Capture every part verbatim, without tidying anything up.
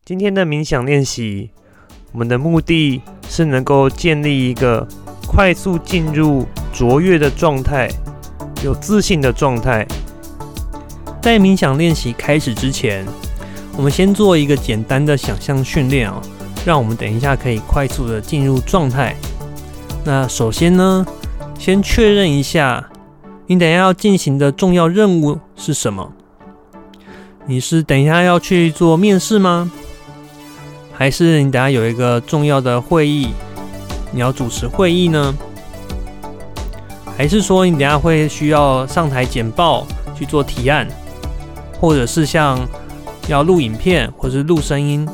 今天的冥想练习，我们的目的是能够建立一个快速进入卓越的状态、有自信的状态。 在冥想练习开始之前，我们先做一个简单的想象训练哦，让我们等一下可以快速的进入状态。那首先呢，先确认一下你等一下要进行的重要任务是什么？你是等一下要去做面试吗？还是你等一下有一个重要的会议，你要主持会议呢？还是说你等一下会需要上台简报去做提案，或者是像要录影片或是录声音？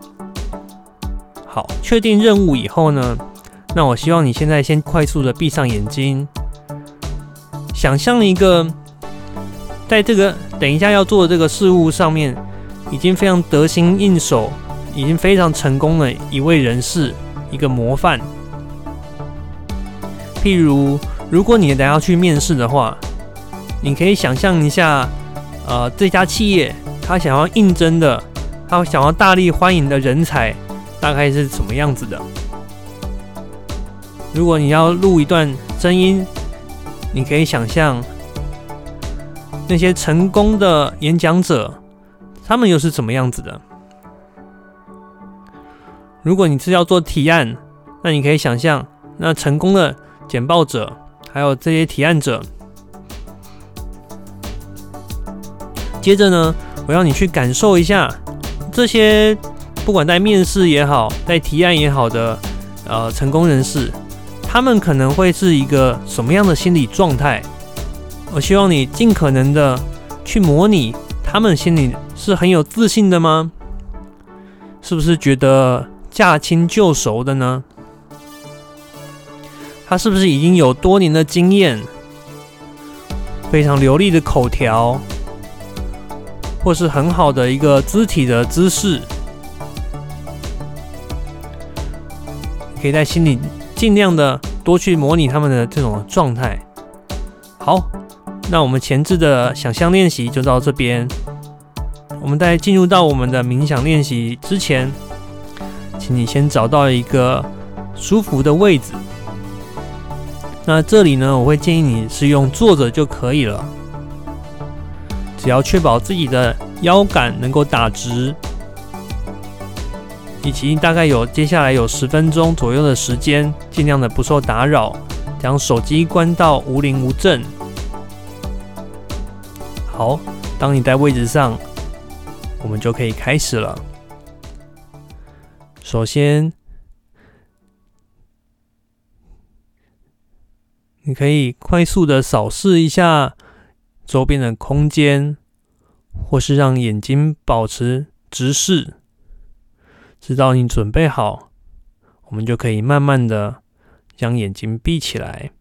好，确定任务以后呢，那我希望你现在先快速的闭上眼睛，想象一个在这个等一下要做的这个事物上面已经非常得心应手，已经非常成功的一位人士，一个模范。譬如如果你等一下要去面试的话，你可以想象一下呃，这家企业他想要应征的，他想要大力欢迎的人才大概是什么样子的。如果你要录一段声音，你可以想象那些成功的演讲者，他们又是怎么样子的。如果你是要做提案，那你可以想象那成功的简报者还有这些提案者。接着呢，我要你去感受一下这些不管在面试也好，在提案也好的呃成功人士，他们可能会是一个什么样的心理状态。我希望你尽可能的去模拟他们心里是很有自信的吗？是不是觉得驾轻就熟的呢？他是不是已经有多年的经验，非常流利的口条，或是很好的一个肢体的姿势？可以在心里尽量的多去模拟他们的这种状态。好，那我们前置的想象练习就到这边。我们在进入到我们的冥想练习之前，请你先找到一个舒服的位置。那这里呢，我会建议你是用坐着就可以了，只要确保自己的腰杆能够打直，以及大概有接下来有十分钟左右的时间，尽量的不受打扰，将手机关到无铃无震。好，当你在位置上，我们就可以开始了。首先，你可以快速的扫视一下周边的空间，或是让眼睛保持直视。直到你准备好，我们就可以慢慢的将眼睛闭起来。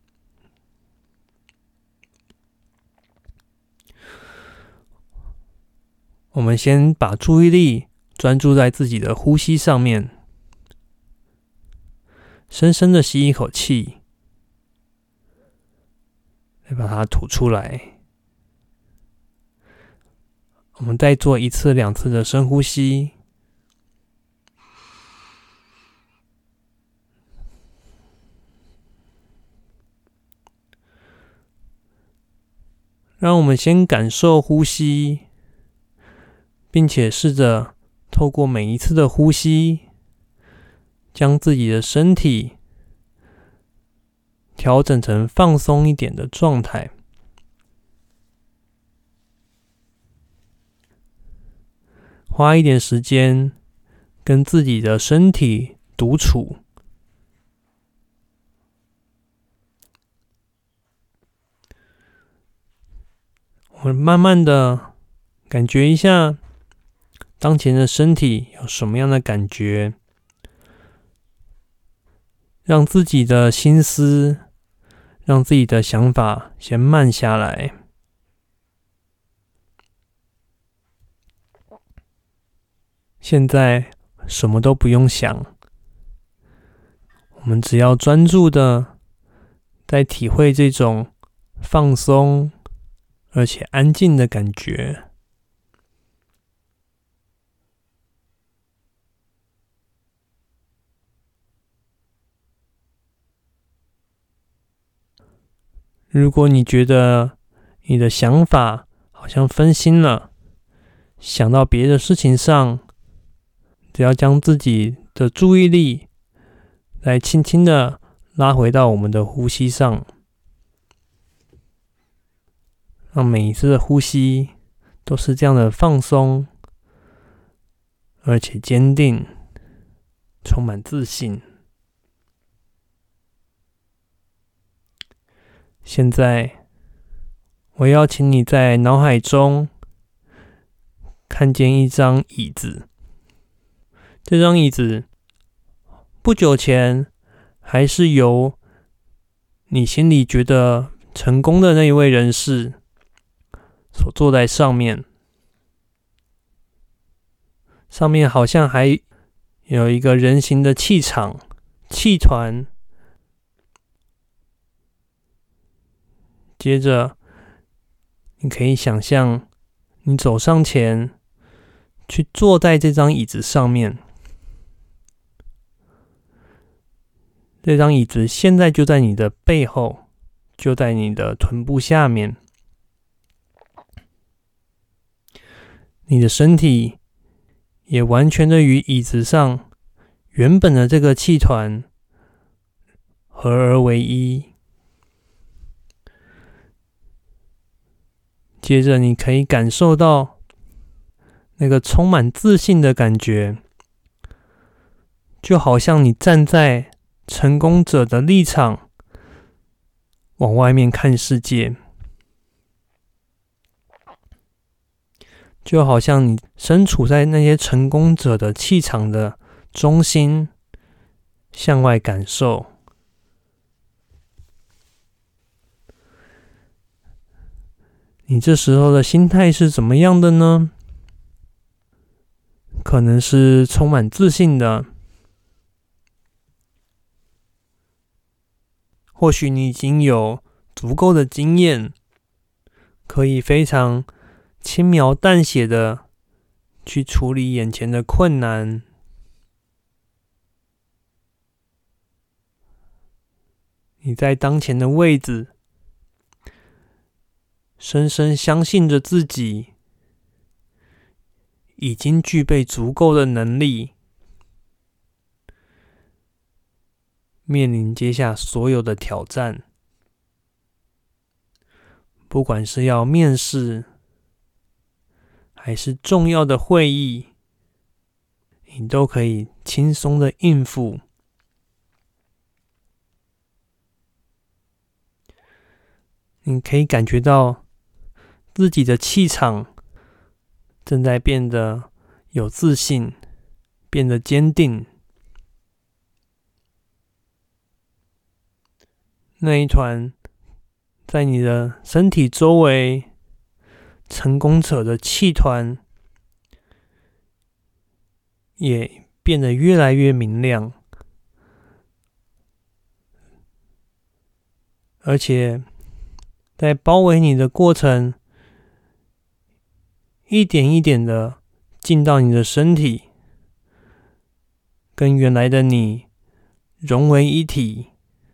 我们先把注意力专注在自己的呼吸上面，深深的吸一口气，再把它吐出来。我们再做一次、两次的深呼吸。让我们先感受呼吸，并且试着透过每一次的呼吸，将自己的身体调整成放松一点的状态。花一点时间跟自己的身体独处。我们慢慢的感觉一下当前的身体有什么样的感觉，让自己的心思，让自己的想法先慢下来。现在什么都不用想，我们只要专注的在体会这种放松而且安静的感觉。 如果你觉得你的想法好像分心了，想到别的事情上，只要将自己的注意力来轻轻的拉回到我们的呼吸上，让每一次的呼吸都是这样的放松，而且坚定，充满自信。现在，我邀请你在脑海中看见一张椅子，这张椅子不久前还是由你心里觉得成功的那一位人士所坐在上面，上面好像还有一个人形的气场、气团。接着，你可以想象你走上前，去坐在这张椅子上面。这张椅子现在就在你的背后，就在你的臀部下面。你的身体也完全的与椅子上原本的这个气团合而为一。接着你可以感受到那个充满自信的感觉，就好像你站在成功者的立场，往外面看世界，就好像你身处在那些成功者的气场的中心，向外感受。你这时候的心态是怎么样的呢？可能是充满自信的，或许你已经有足够的经验，可以非常轻描淡写的去处理眼前的困难。你在当前的位置，深深相信着自己已经具备足够的能力，面临接下所有的挑战。不管是要面试，还是重要的会议，你都可以轻松的应付。你可以感觉到自己的气场正在变得有自信，变得坚定。那一团在你的身体周围成功者的气团也变得越来越明亮，而且在包围你的过程，一点一点的进到你的身体，跟原来的你融为一体，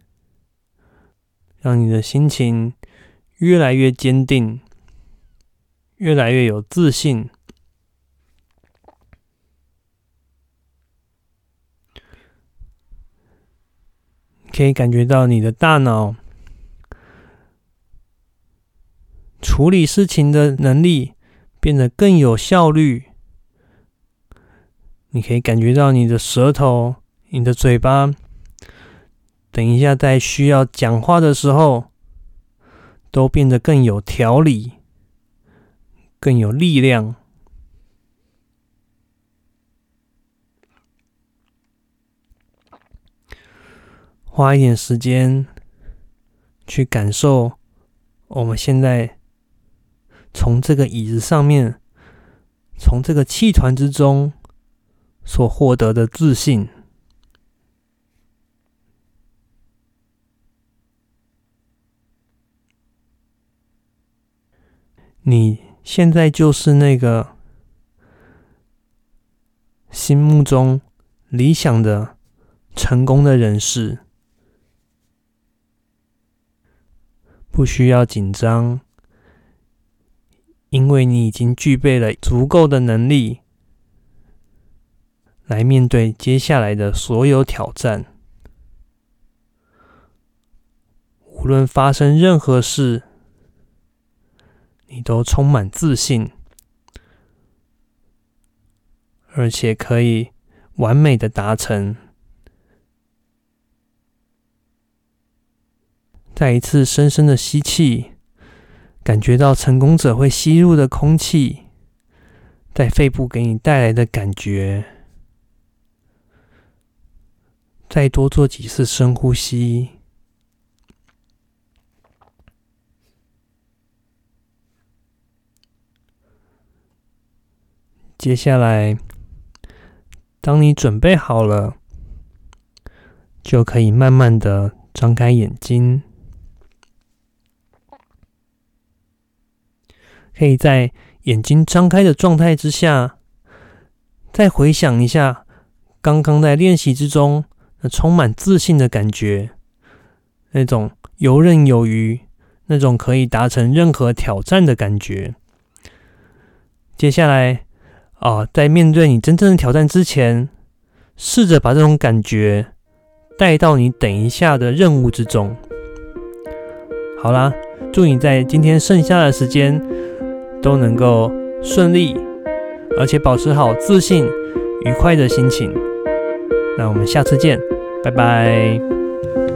让你的心情越来越坚定，越来越有自信。可以感觉到你的大脑处理事情的能力变得更有效率。你可以感觉到你的舌头、你的嘴巴，等一下在需要讲话的时候，都变得更有条理，更有力量。花一点时间去感受我们现在从这个椅子上面，从这个气团之中所获得的自信。你现在就是那个心目中理想的成功的人士。 不需要紧张，因为你已经具备了足够的能力来面对接下来的所有挑战。无论发生任何事，你都充满自信，而且可以完美的达成。再一次深深的吸气，感觉到成功者会吸入的空气在肺部给你带来的感觉。再多做几次深呼吸。接下来，当你准备好了，就可以慢慢的张开眼睛。可以在眼睛张开的状态之下，再回想一下刚刚在练习之中那充满自信的感觉，那种游刃有余，那种可以达成任何挑战的感觉。接下来啊，在面对你真正的挑战之前，试着把这种感觉带到你等一下的任务之中。好啦，祝你在今天剩下的时间都能够顺利，而且保持好自信、愉快的心情。那我们下次见，拜拜。